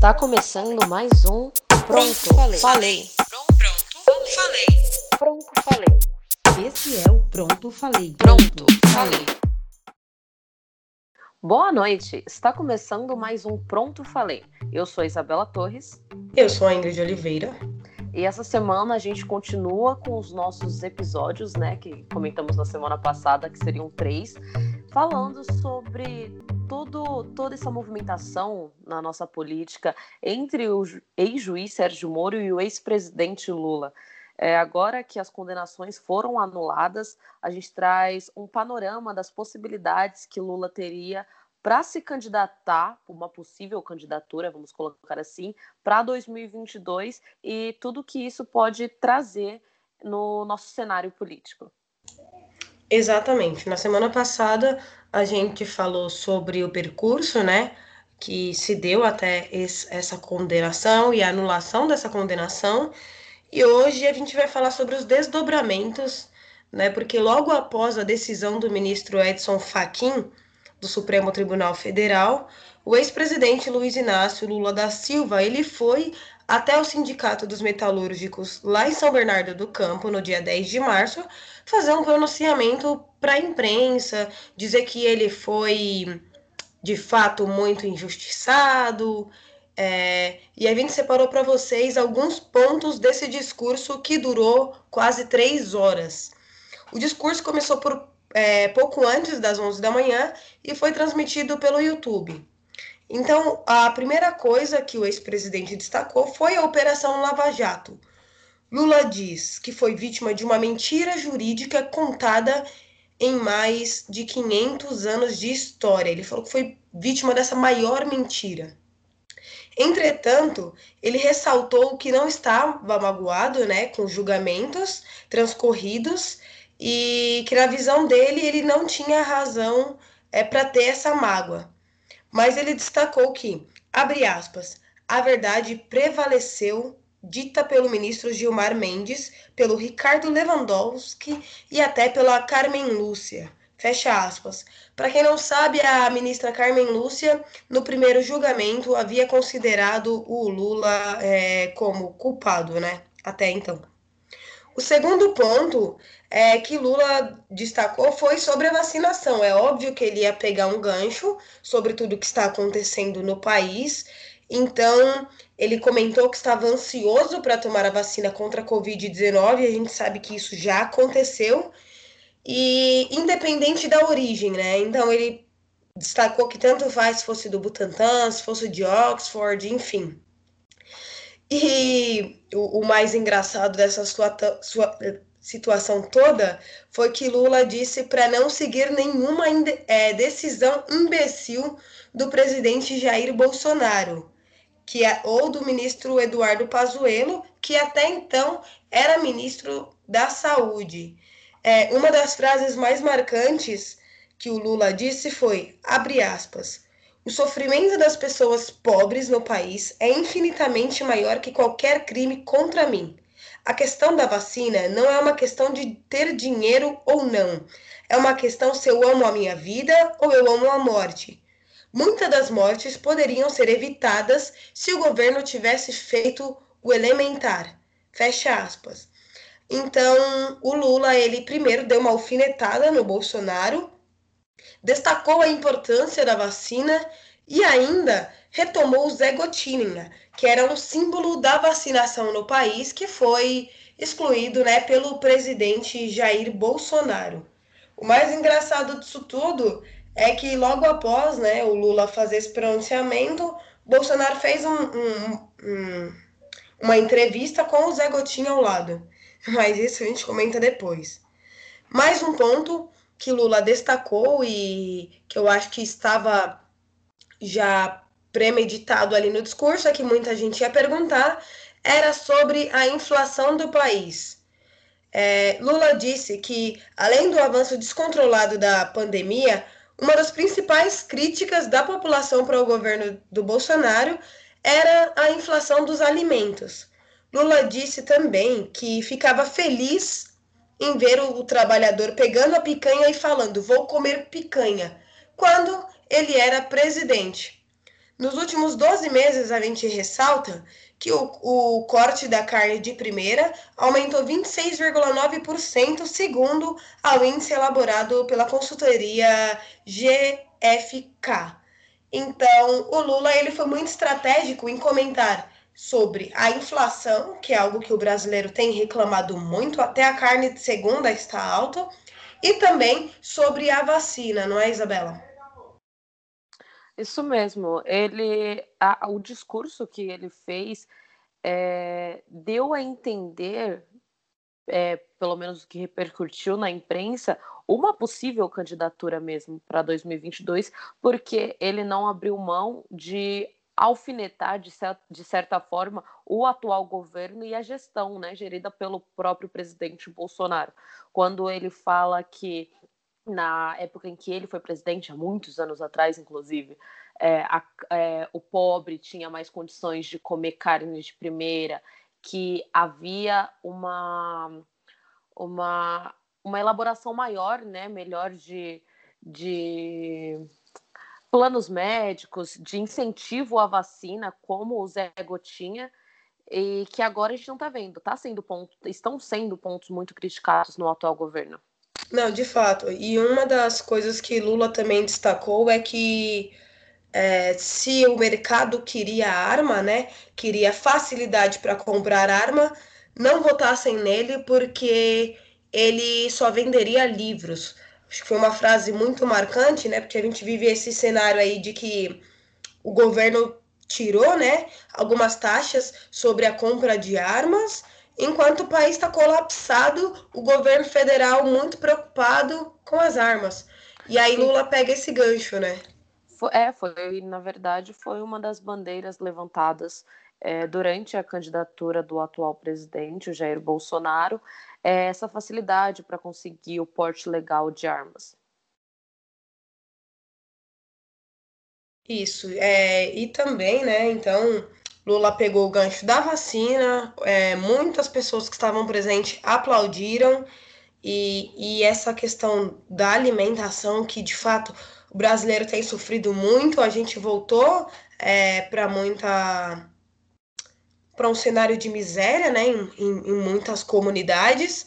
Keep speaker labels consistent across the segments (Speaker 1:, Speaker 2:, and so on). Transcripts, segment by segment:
Speaker 1: Está começando mais um Pronto, Falei. Pronto, Falei.
Speaker 2: Esse é o Pronto Falei.
Speaker 1: Pronto, Falei. Boa noite, está começando mais um Pronto, Falei. Eu sou Isabela Torres.
Speaker 3: Eu sou a Ingrid Oliveira.
Speaker 1: E essa semana a gente continua com os nossos episódios, né, que comentamos na semana passada, que seriam 3, falando sobre toda essa movimentação na nossa política entre o ex-juiz Sérgio Moro e o ex-presidente Lula. Agora que as condenações foram anuladas, a gente traz um panorama das possibilidades que Lula teria para se candidatar, uma possível candidatura, vamos colocar assim, para 2022 e tudo que isso pode trazer no nosso cenário político.
Speaker 3: Exatamente. Na semana passada, a gente falou sobre o percurso, né, que se deu até essa condenação e a anulação dessa condenação. E hoje a gente vai falar sobre os desdobramentos, né, porque logo após a decisão do ministro Edson Fachin, do Supremo Tribunal Federal, o ex-presidente Luiz Inácio Lula da Silva, ele foi até o Sindicato dos Metalúrgicos, lá em São Bernardo do Campo, no dia 10 de março, fazer um pronunciamento para a imprensa, dizer que ele foi, de fato, muito injustiçado. E a gente separou para vocês alguns pontos desse discurso que durou quase 3 horas. O discurso começou por pouco antes das 11 da manhã e foi transmitido pelo YouTube. Então, a primeira coisa que o ex-presidente destacou foi a Operação Lava Jato. Lula diz que foi vítima de uma mentira jurídica contada em mais de 500 anos de história. Ele falou que foi vítima dessa maior mentira. Entretanto, ele ressaltou que não estava magoado, né, com julgamentos transcorridos e que, na visão dele, ele não tinha razão para ter essa mágoa. Mas ele destacou que, abre aspas, a verdade prevaleceu, dita pelo ministro Gilmar Mendes, pelo Ricardo Lewandowski e até pela Carmen Lúcia. Fecha aspas. Para quem não sabe, a ministra Carmen Lúcia, no primeiro julgamento, havia considerado o Lula como culpado, né? Até então. O segundo ponto que Lula destacou foi sobre a vacinação. É óbvio que ele ia pegar um gancho sobre tudo que está acontecendo no país. Então, ele comentou que estava ansioso para tomar a vacina contra a Covid-19. A gente sabe que isso já aconteceu. E independente da origem, né? Então, ele destacou que tanto faz se fosse do Butantan, se fosse de Oxford, enfim. E o mais engraçado dessa situação toda foi que Lula disse para não seguir nenhuma decisão imbecil do presidente Jair Bolsonaro, ou do ministro Eduardo Pazuello, que até então era ministro da Saúde. Uma das frases mais marcantes que o Lula disse foi, abre aspas, o sofrimento das pessoas pobres no país é infinitamente maior que qualquer crime contra mim. A questão da vacina não é uma questão de ter dinheiro ou não. É uma questão se eu amo a minha vida ou eu amo a morte. Muitas das mortes poderiam ser evitadas se o governo tivesse feito o elementar. Fecha aspas. Então, o Lula, ele primeiro deu uma alfinetada no Bolsonaro, destacou a importância da vacina e ainda retomou o Zé Gotinha, que era um símbolo da vacinação no país, que foi excluído, né, pelo presidente Jair Bolsonaro. O mais engraçado disso tudo é que logo após, né, o Lula fazer esse pronunciamento, Bolsonaro fez uma entrevista com o Zé Gotinha ao lado. Mas isso a gente comenta depois. Mais um ponto que Lula destacou e que eu acho que estava já premeditado ali no discurso, é que muita gente ia perguntar, era sobre a inflação do país. Lula disse que, além do avanço descontrolado da pandemia, uma das principais críticas da população para o governo do Bolsonaro era a inflação dos alimentos. Lula disse também que ficava feliz em ver o trabalhador pegando a picanha e falando, vou comer picanha, quando ele era presidente. Nos últimos 12 meses, a gente ressalta que o corte da carne de primeira aumentou 26,9%, segundo ao índice elaborado pela consultoria GFK. Então, o Lula ele foi muito estratégico em comentar sobre a inflação, que é algo que o brasileiro tem reclamado muito, até a carne de segunda está alta, e também sobre a vacina, não é, Isabela?
Speaker 1: Isso mesmo. O discurso que ele fez deu a entender, pelo menos o que repercutiu na imprensa, uma possível candidatura mesmo para 2022, porque ele não abriu mão de alfinetar, de certa forma, o atual governo e a gestão, né, gerida pelo próprio presidente Bolsonaro. Quando ele fala que na época em que ele foi presidente, há muitos anos atrás, inclusive, o pobre tinha mais condições de comer carne de primeira, que havia uma, uma elaboração maior, né, melhor de planos médicos, de incentivo à vacina, como o Zé Gotinha, e que agora a gente não está vendo. Estão sendo pontos muito criticados no atual governo.
Speaker 3: Não, de fato. E uma das coisas que Lula também destacou é que se o mercado queria arma, né, queria facilidade para comprar arma, não votassem nele porque ele só venderia livros. Acho que foi uma frase muito marcante, né, porque a gente vive esse cenário aí de que o governo tirou, né, algumas taxas sobre a compra de armas, enquanto o país está colapsado, o governo federal muito preocupado com as armas. E aí
Speaker 1: Sim.
Speaker 3: Lula pega esse gancho, né?
Speaker 1: Na verdade, foi uma das bandeiras levantadas durante a candidatura do atual presidente, o Jair Bolsonaro, essa facilidade para conseguir o porte legal de armas.
Speaker 3: Isso, e também, né, então, Lula pegou o gancho da vacina, muitas pessoas que estavam presentes aplaudiram, e essa questão da alimentação, que de fato o brasileiro tem sofrido muito, a gente voltou para um cenário de miséria, né, em muitas comunidades,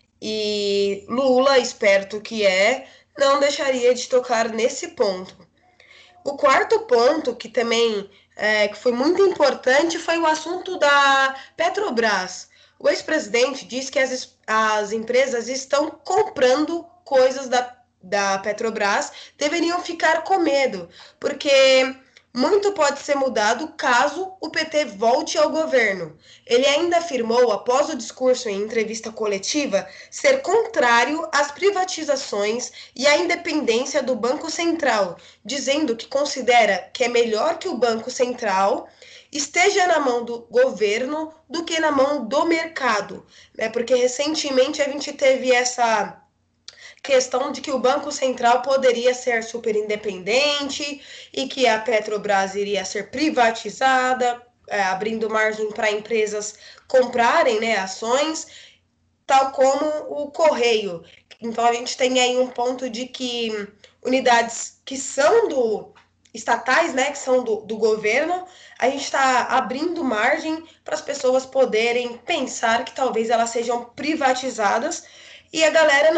Speaker 3: e Lula, esperto que não deixaria de tocar nesse ponto. O quarto ponto, que também que foi muito importante, foi o assunto da Petrobras. O ex-presidente disse que as empresas estão comprando coisas da Petrobras, deveriam ficar com medo, porque muito pode ser mudado caso o PT volte ao governo. Ele ainda afirmou, após o discurso em entrevista coletiva, ser contrário às privatizações e à independência do Banco Central, dizendo que considera que é melhor que o Banco Central esteja na mão do governo do que na mão do mercado, né? Porque recentemente a gente teve essa questão de que o Banco Central poderia ser super independente e que a Petrobras iria ser privatizada, abrindo margem para empresas comprarem, né, ações, tal como o Correio. Então a gente tem aí um ponto de que unidades que são estatais, né, que são do governo, a gente está abrindo margem para as pessoas poderem pensar que talvez elas sejam privatizadas e a galera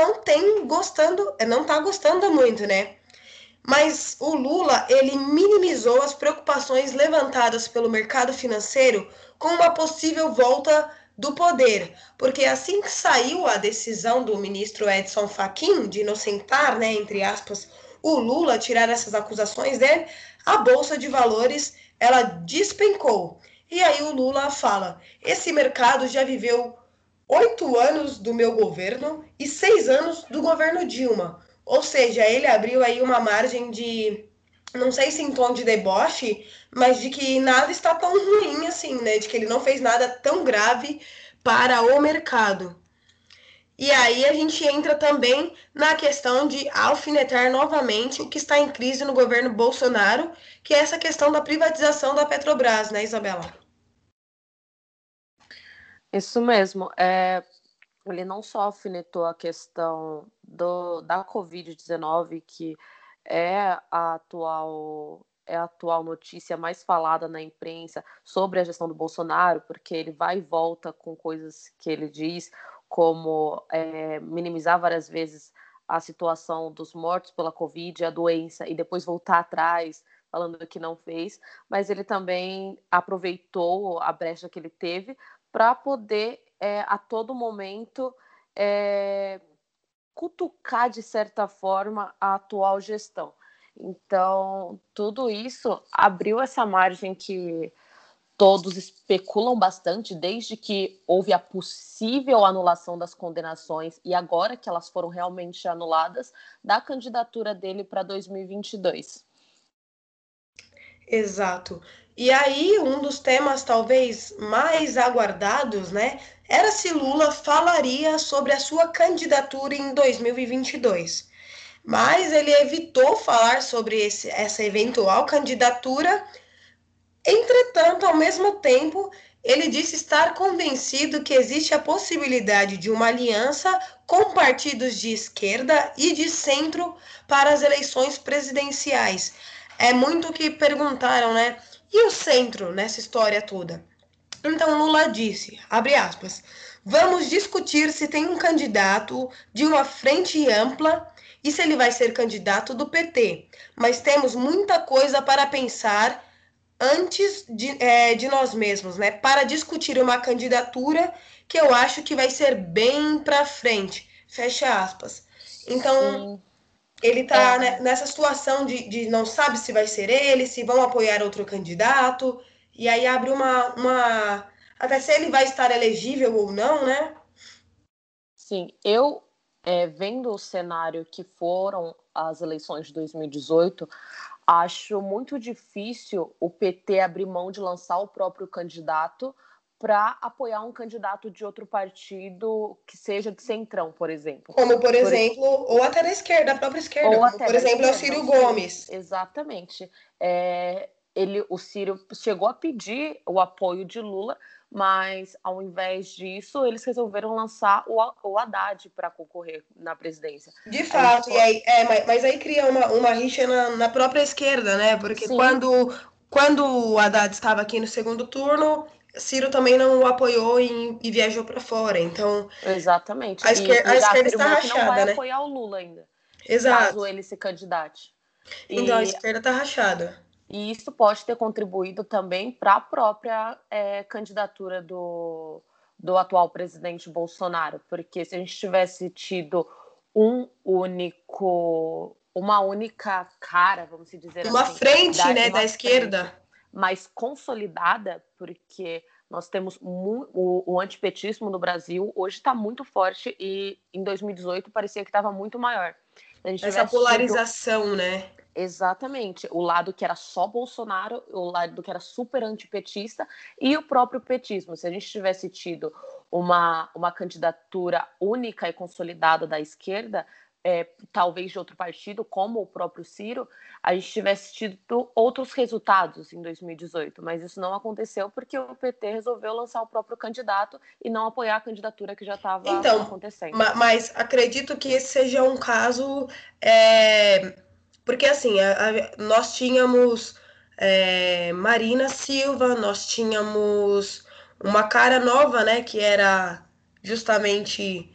Speaker 3: não tá gostando muito, né? Mas o Lula, ele minimizou as preocupações levantadas pelo mercado financeiro com uma possível volta do poder, porque assim que saiu a decisão do ministro Edson Fachin de inocentar, né, entre aspas, o Lula, tirar essas acusações dele, a bolsa de valores ela despencou. E aí o Lula fala: esse mercado já viveu 8 anos do meu governo e 6 anos do governo Dilma. Ou seja, ele abriu aí uma margem de, não sei se em tom de deboche, mas de que nada está tão ruim assim, né? De que ele não fez nada tão grave para o mercado. E aí a gente entra também na questão de alfinetar novamente o que está em crise no governo Bolsonaro, que é essa questão da privatização da Petrobras, né, Isabela?
Speaker 1: Isso mesmo. Ele não só alfinetou a questão da Covid-19, que é a atual é a atual notícia mais falada na imprensa sobre a gestão do Bolsonaro, porque ele vai e volta com coisas que ele diz, como minimizar várias vezes a situação dos mortos pela Covid, a doença, e depois voltar atrás, falando que não fez, mas ele também aproveitou a brecha que ele teve para poder, a todo momento, cutucar, de certa forma, a atual gestão. Então, tudo isso abriu essa margem que todos especulam bastante, desde que houve a possível anulação das condenações e agora que elas foram realmente anuladas, da candidatura dele para 2022.
Speaker 3: Exato. E aí, um dos temas talvez mais aguardados, né, era se Lula falaria sobre a sua candidatura em 2022. Mas ele evitou falar sobre essa eventual candidatura. Entretanto, ao mesmo tempo, ele disse estar convencido que existe a possibilidade de uma aliança com partidos de esquerda e de centro para as eleições presidenciais. É muito o que perguntaram, né? E o centro nessa história toda? Então Lula disse, abre aspas, vamos discutir se tem um candidato de uma frente ampla e se ele vai ser candidato do PT. Mas temos muita coisa para pensar antes de nós mesmos, né? Para discutir uma candidatura que eu acho que vai ser bem para frente. Fecha aspas. Então,
Speaker 1: Sim.
Speaker 3: ele tá nessa situação de não sabe se vai ser ele, se vão apoiar outro candidato, e aí abre uma. Até se ele vai estar elegível ou não, né?
Speaker 1: Sim, eu, vendo o cenário que foram as eleições de 2018, acho muito difícil o PT abrir mão de lançar o próprio candidato para apoiar um candidato de outro partido que seja de centrão, por exemplo.
Speaker 3: Como, por exemplo, ou até da esquerda, da própria esquerda,
Speaker 1: Ou
Speaker 3: como,
Speaker 1: até
Speaker 3: por
Speaker 1: da
Speaker 3: exemplo, é o
Speaker 1: esquerda,
Speaker 3: Ciro Gomes.
Speaker 1: Exatamente. O Ciro chegou a pedir o apoio de Lula, mas ao invés disso, eles resolveram lançar o Haddad para concorrer na presidência.
Speaker 3: De fato, e aí, mas aí cria uma rixa na própria esquerda, né? Porque
Speaker 1: Sim.
Speaker 3: quando o Haddad estava aqui no segundo turno, Ciro também não o apoiou e viajou para fora. Então,
Speaker 1: Exatamente.
Speaker 3: a
Speaker 1: E já
Speaker 3: esquerda está
Speaker 1: afirmou que não vai
Speaker 3: rachada, né?
Speaker 1: apoiar o Lula ainda, caso
Speaker 3: Exato.
Speaker 1: ele se candidate.
Speaker 3: Então, a
Speaker 1: E,
Speaker 3: esquerda está rachada.
Speaker 1: e isso pode ter contribuído também para a própria candidatura do atual presidente Bolsonaro, porque se a gente tivesse tido uma única cara, vamos dizer
Speaker 3: Uma
Speaker 1: assim,
Speaker 3: frente, né, da
Speaker 1: uma frente
Speaker 3: esquerda.
Speaker 1: mais consolidada, porque nós temos o antipetismo no Brasil hoje está muito forte e em 2018 parecia que estava muito maior. Se a gente
Speaker 3: Essa
Speaker 1: tivesse tido
Speaker 3: polarização, né?
Speaker 1: exatamente o lado que era só Bolsonaro, o lado que era super antipetista e o próprio petismo. Se a gente tivesse tido uma candidatura única e consolidada da esquerda, talvez de outro partido, como o próprio Ciro, a gente tivesse tido outros resultados em 2018, mas isso não aconteceu porque o PT resolveu lançar o próprio candidato e não apoiar a candidatura que já estava
Speaker 3: Então,
Speaker 1: acontecendo.
Speaker 3: mas acredito que esse seja um caso, porque assim, nós tínhamos Marina Silva, nós tínhamos uma cara nova, né, que era justamente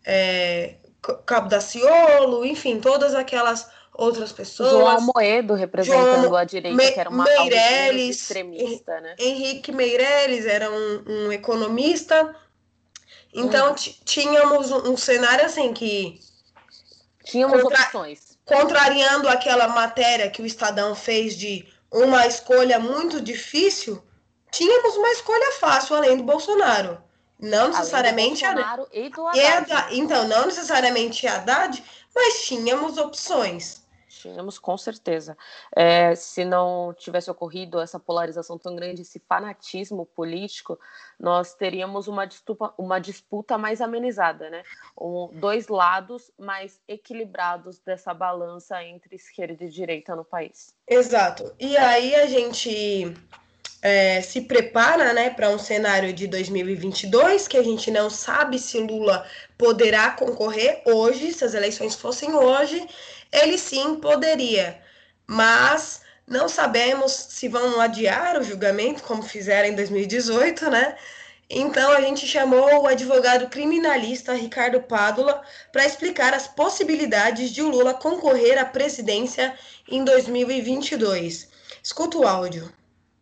Speaker 3: Cabo Daciolo, enfim, todas aquelas outras
Speaker 1: João
Speaker 3: pessoas.
Speaker 1: Almoedo representando
Speaker 3: João
Speaker 1: a direita, que era alguém menos
Speaker 3: Meirelles,
Speaker 1: extremista, né?
Speaker 3: Henrique Meirelles era um economista. Então,
Speaker 1: Uhum.
Speaker 3: tínhamos um cenário assim que,
Speaker 1: Tínhamos opções.
Speaker 3: contrariando aquela matéria que o Estadão fez de uma escolha muito difícil, tínhamos uma escolha fácil além do Bolsonaro. Não
Speaker 1: Além do
Speaker 3: necessariamente
Speaker 1: Bolsonaro e do Haddad, né?
Speaker 3: Então, não necessariamente Haddad, mas tínhamos opções.
Speaker 1: Tínhamos, com certeza. Se não tivesse ocorrido essa polarização tão grande, esse fanatismo político, nós teríamos uma disputa mais amenizada, né? Dois lados mais equilibrados dessa balança entre esquerda e direita no país.
Speaker 3: Exato. E aí a gente se prepara, né, para um cenário de 2022, que a gente não sabe se Lula poderá concorrer hoje, se as eleições fossem hoje, ele sim poderia, mas Não sabemos se vão adiar o julgamento, como fizeram em 2018, né? Então, a gente chamou o advogado criminalista Ricardo Pádula para explicar as possibilidades de o Lula concorrer à presidência em 2022. Escuta o áudio.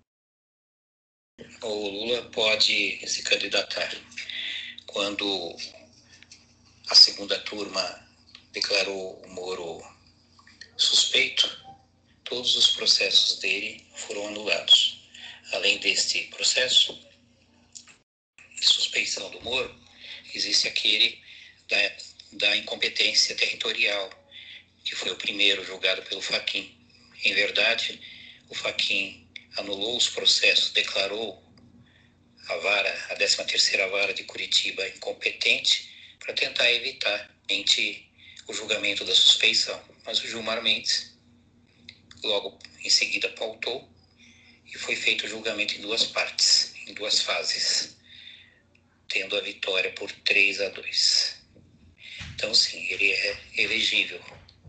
Speaker 4: O Lula pode se candidatar quando a segunda turma declarou o Moro suspeito. Todos os processos dele foram anulados. Além deste processo de suspeição do Moro, existe aquele da incompetência territorial, que foi o primeiro julgado pelo Fachin. Em verdade, o Fachin anulou os processos, declarou a 13ª Vara de Curitiba incompetente para tentar evitar o julgamento da suspeição. Mas o Gilmar Mendes logo em seguida pautou e foi feito o julgamento em duas partes, em duas fases, tendo a vitória por 3-2. Então, sim, ele é elegível.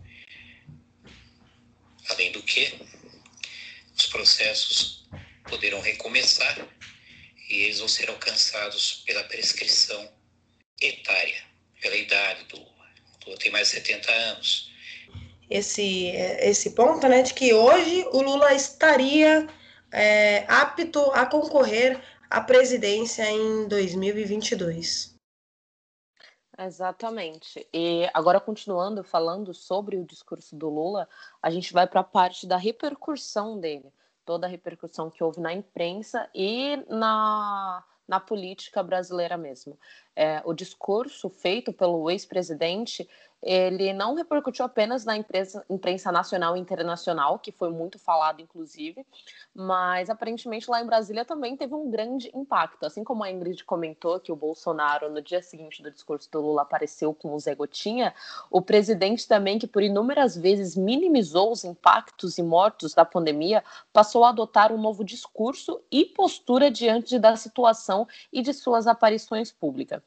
Speaker 4: Além do que, os processos poderão recomeçar e eles vão ser alcançados pela prescrição etária, pela idade do Lula. O Lula tem mais de 70 anos.
Speaker 3: Esse ponto, né, de que hoje o Lula estaria apto a concorrer à presidência em 2022.
Speaker 1: Exatamente. E agora, continuando falando sobre o discurso do Lula, a gente vai para a parte da repercussão dele, toda a repercussão que houve na imprensa e na política brasileira mesmo. O discurso feito pelo ex-presidente, ele não repercutiu apenas na imprensa nacional e internacional, que foi muito falado, inclusive, mas aparentemente lá em Brasília também teve um grande impacto. Assim como a Ingrid comentou que o Bolsonaro, no dia seguinte do discurso do Lula, apareceu com o Zé Gotinha, o presidente também, que por inúmeras vezes minimizou os impactos e mortos da pandemia, passou a adotar um novo discurso e postura diante da situação e de suas aparições públicas.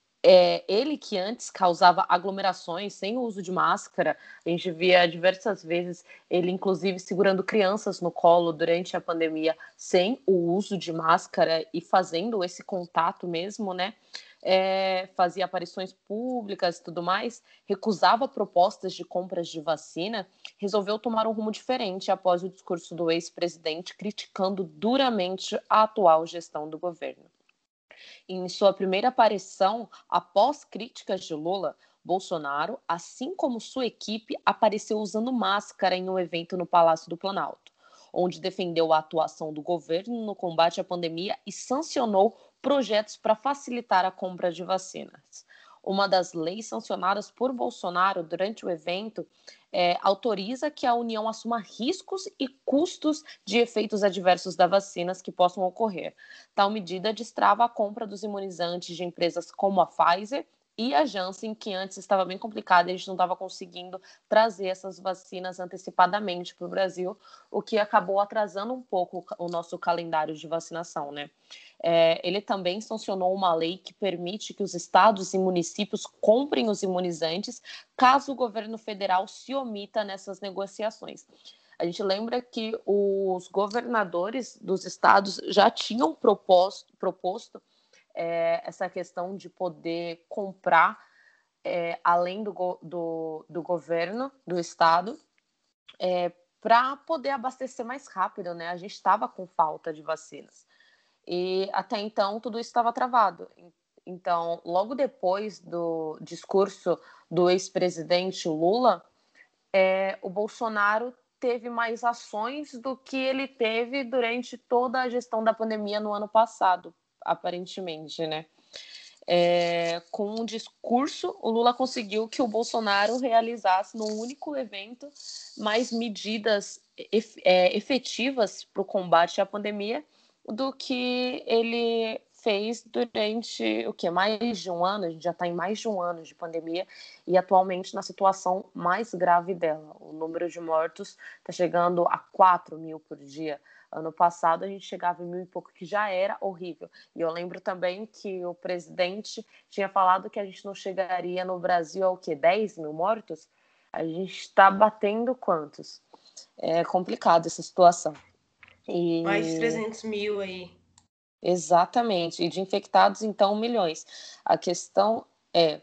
Speaker 1: Ele que antes causava aglomerações sem o uso de máscara, a gente via diversas vezes ele inclusive segurando crianças no colo durante a pandemia sem o uso de máscara e fazendo esse contato mesmo, né? Fazia aparições públicas e tudo mais, recusava propostas de compras de vacina, resolveu tomar um rumo diferente após o discurso do ex-presidente criticando duramente a atual gestão do governo. Em sua primeira aparição, após críticas de Lula, Bolsonaro, assim como sua equipe, apareceu usando máscara em um evento no Palácio do Planalto, onde defendeu a atuação do governo no combate à pandemia e sancionou projetos para facilitar a compra de vacinas. Uma das leis sancionadas por Bolsonaro durante o evento autoriza que a União assuma riscos e custos de efeitos adversos das vacinas que possam ocorrer. Tal medida destrava a compra dos imunizantes de empresas como a Pfizer e a Janssen, que antes estava bem complicada e a gente não estava conseguindo trazer essas vacinas antecipadamente para o Brasil, o que acabou atrasando um pouco o nosso calendário de vacinação, né? Ele também sancionou uma lei que permite que os estados e municípios comprem os imunizantes caso o governo federal se omita nessas negociações. A gente lembra que os governadores dos estados já tinham proposto essa questão de poder comprar além do governo, do estado, para poder abastecer mais rápido, né? A gente estava com falta de vacinas. E até então tudo isso estava travado. Então, logo depois do discurso do ex-presidente Lula, o Bolsonaro teve mais ações do que ele teve durante toda a gestão da pandemia no ano passado, aparentemente, né? Com um discurso, o Lula conseguiu que o Bolsonaro realizasse num único evento mais medidas efetivas para o combate à pandemia do que ele fez durante mais de um ano. A gente já está em mais de um ano de pandemia e atualmente na situação mais grave dela. O número de mortos está chegando a 4 mil por dia. Ano passado a gente chegava em 1.000 e pouco, que já era horrível. E eu lembro também que o presidente tinha falado que a gente não chegaria no Brasil ao 10 mil mortos? A gente está batendo quantos? É complicado essa situação.
Speaker 3: Mais de 300 mil aí.
Speaker 1: Exatamente, e de infectados, então, milhões. A questão é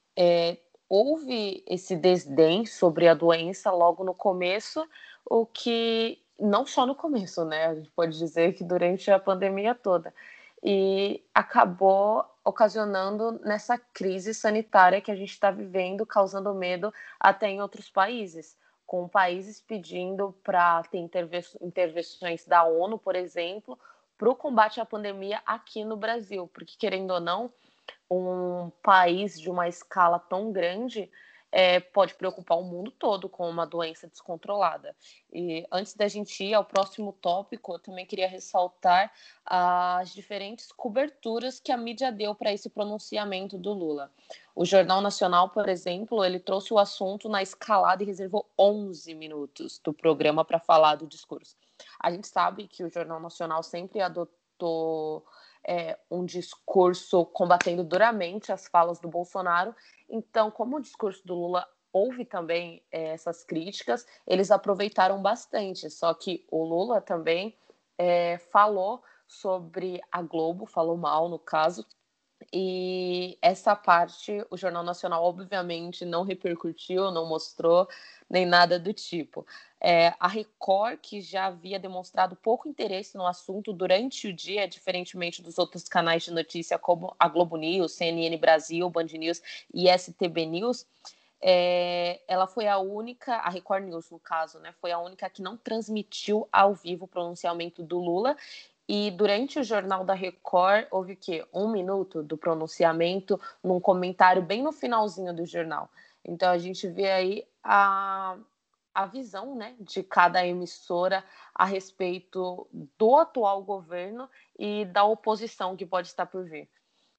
Speaker 1: houve esse desdém sobre a doença logo no começo, o que, não só no começo, né, a gente pode dizer que durante a pandemia toda, e acabou ocasionando nessa crise sanitária que a gente está vivendo, causando medo até em outros países, com países pedindo para ter intervenções da ONU, por exemplo, para o combate à pandemia aqui no Brasil, porque, querendo ou não, um país de uma escala tão grande pode preocupar o mundo todo com uma doença descontrolada. E antes da gente ir ao próximo tópico, eu também queria ressaltar as diferentes coberturas que a mídia deu para esse pronunciamento do Lula. O Jornal Nacional, por exemplo, ele trouxe o assunto na escalada e reservou 11 minutos do programa para falar do discurso. A gente sabe que o Jornal Nacional sempre adotou um discurso combatendo duramente as falas do Bolsonaro. Então, como o discurso do Lula houve também essas críticas, eles aproveitaram bastante. Só que o Lula também falou sobre a Globo, falou mal no caso, e essa parte o Jornal Nacional obviamente não repercutiu, não mostrou, nem nada do tipo. A Record, que já havia demonstrado pouco interesse no assunto durante o dia, diferentemente dos outros canais de notícia como a Globo News, CNN Brasil, Band News e STB News, ela foi a única, a Record News no caso, né, foi a única que não transmitiu ao vivo o pronunciamento do Lula. E durante o Jornal da Record, houve o quê? 1 minuto do pronunciamento, num comentário bem no finalzinho do jornal. Então, a gente vê aí a visão, né, de cada emissora a respeito do atual governo e da oposição que pode estar por vir.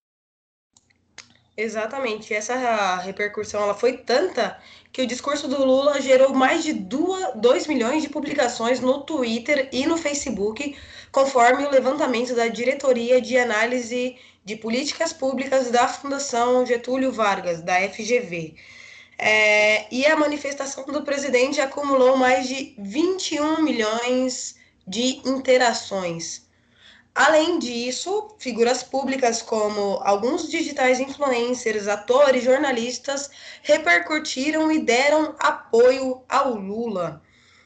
Speaker 3: Exatamente. Essa repercussão ela foi tanta que o discurso do Lula gerou mais de 2 milhões de publicações no Twitter e no Facebook, conforme o levantamento da Diretoria de Análise de Políticas Públicas da Fundação Getúlio Vargas, da FGV. E a manifestação do presidente acumulou mais de 21 milhões de interações. Além disso, figuras públicas como alguns digitais influencers, atores, jornalistas repercutiram e deram apoio ao Lula.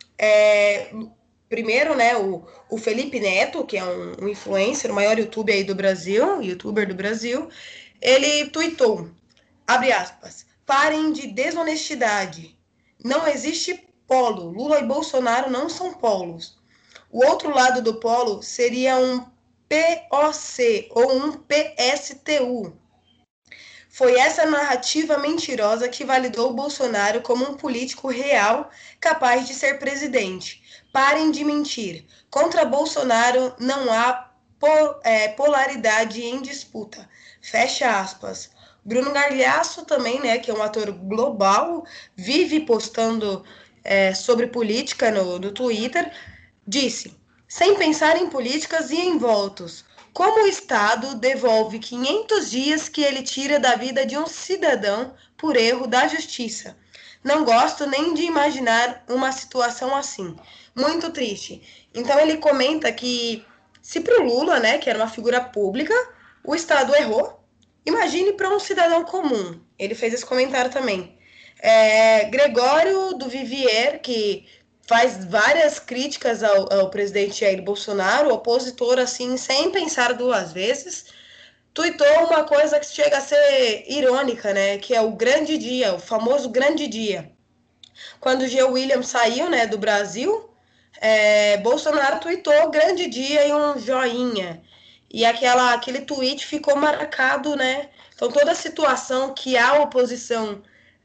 Speaker 3: Primeiro, né, o Felipe Neto, que é um influencer, o maior youtuber do Brasil, ele tuitou, abre aspas, parem de desonestidade. Não existe polo. Lula e Bolsonaro não são polos. O outro lado do polo seria um POC ou um PSTU. Foi essa narrativa mentirosa que validou o Bolsonaro como um político real capaz de ser presidente. Parem de mentir. Contra Bolsonaro não há polaridade em disputa. Fecha aspas. Bruno Galhaço também, né, que é um ator global, vive postando sobre política no Twitter, disse, sem pensar em políticas e em votos, como o Estado devolve 500 dias que ele tira da vida de um cidadão por erro da justiça? Não gosto nem de imaginar uma situação assim. Muito triste. Então ele comenta que se para o Lula, né, que era uma figura pública, o Estado errou, imagine para um cidadão comum. Ele fez esse comentário também. Gregório do Vivier, que faz várias críticas ao presidente Jair Bolsonaro, opositor assim, sem pensar duas vezes, tuitou uma coisa que chega a ser irônica, né? Que é o grande dia, o famoso grande dia. Quando o G. Williams saiu, né, do Brasil, Bolsonaro tuitou grande dia e um joinha. E aquele tweet ficou marcado, né? Então toda a situação que a oposição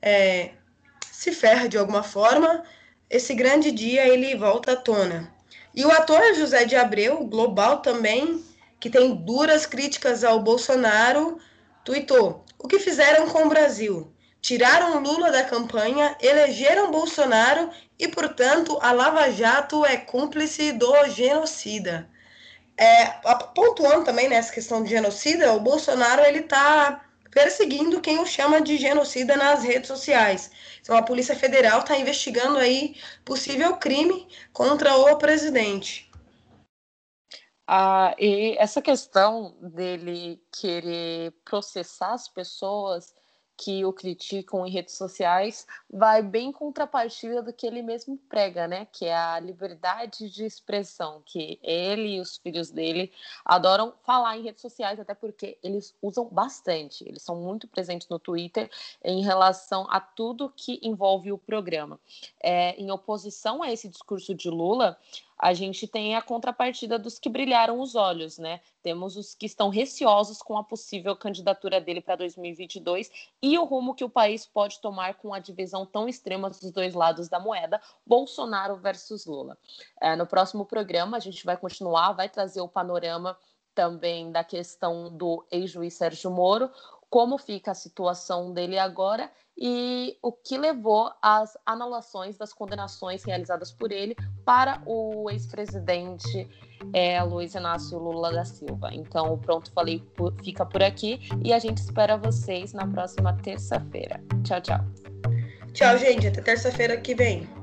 Speaker 3: se ferra de alguma forma, esse grande dia ele volta à tona. E o ator José de Abreu, global também, que tem duras críticas ao Bolsonaro, tuitou: o que fizeram com o Brasil? Tiraram Lula da campanha, elegeram Bolsonaro e, portanto, a Lava Jato é cúmplice do genocida. Pontuando também nessa questão de genocida, o Bolsonaro ele está perseguindo quem o chama de genocida nas redes sociais. Então, a Polícia Federal está investigando aí possível crime contra o presidente.
Speaker 1: E essa questão dele querer processar as pessoas que o criticam em redes sociais vai bem em contrapartida do que ele mesmo prega, né? Que é a liberdade de expressão, que ele e os filhos dele adoram falar em redes sociais, até porque eles usam bastante. Eles são muito presentes no Twitter em relação a tudo que envolve o programa. Em oposição a esse discurso de Lula, a gente tem a contrapartida dos que brilharam os olhos, né? Temos os que estão receosos com a possível candidatura dele para 2022 e o rumo que o país pode tomar com a divisão tão extrema dos dois lados da moeda, Bolsonaro versus Lula. No próximo programa, a gente vai trazer o panorama também da questão do ex-juiz Sérgio Moro, como fica a situação dele agora e o que levou às anulações das condenações realizadas por ele para o ex-presidente Luiz Inácio Lula da Silva. Então, o Pronto Falei fica por aqui e a gente espera vocês na próxima terça-feira. Tchau, tchau.
Speaker 3: Tchau, gente. Até terça-feira que vem.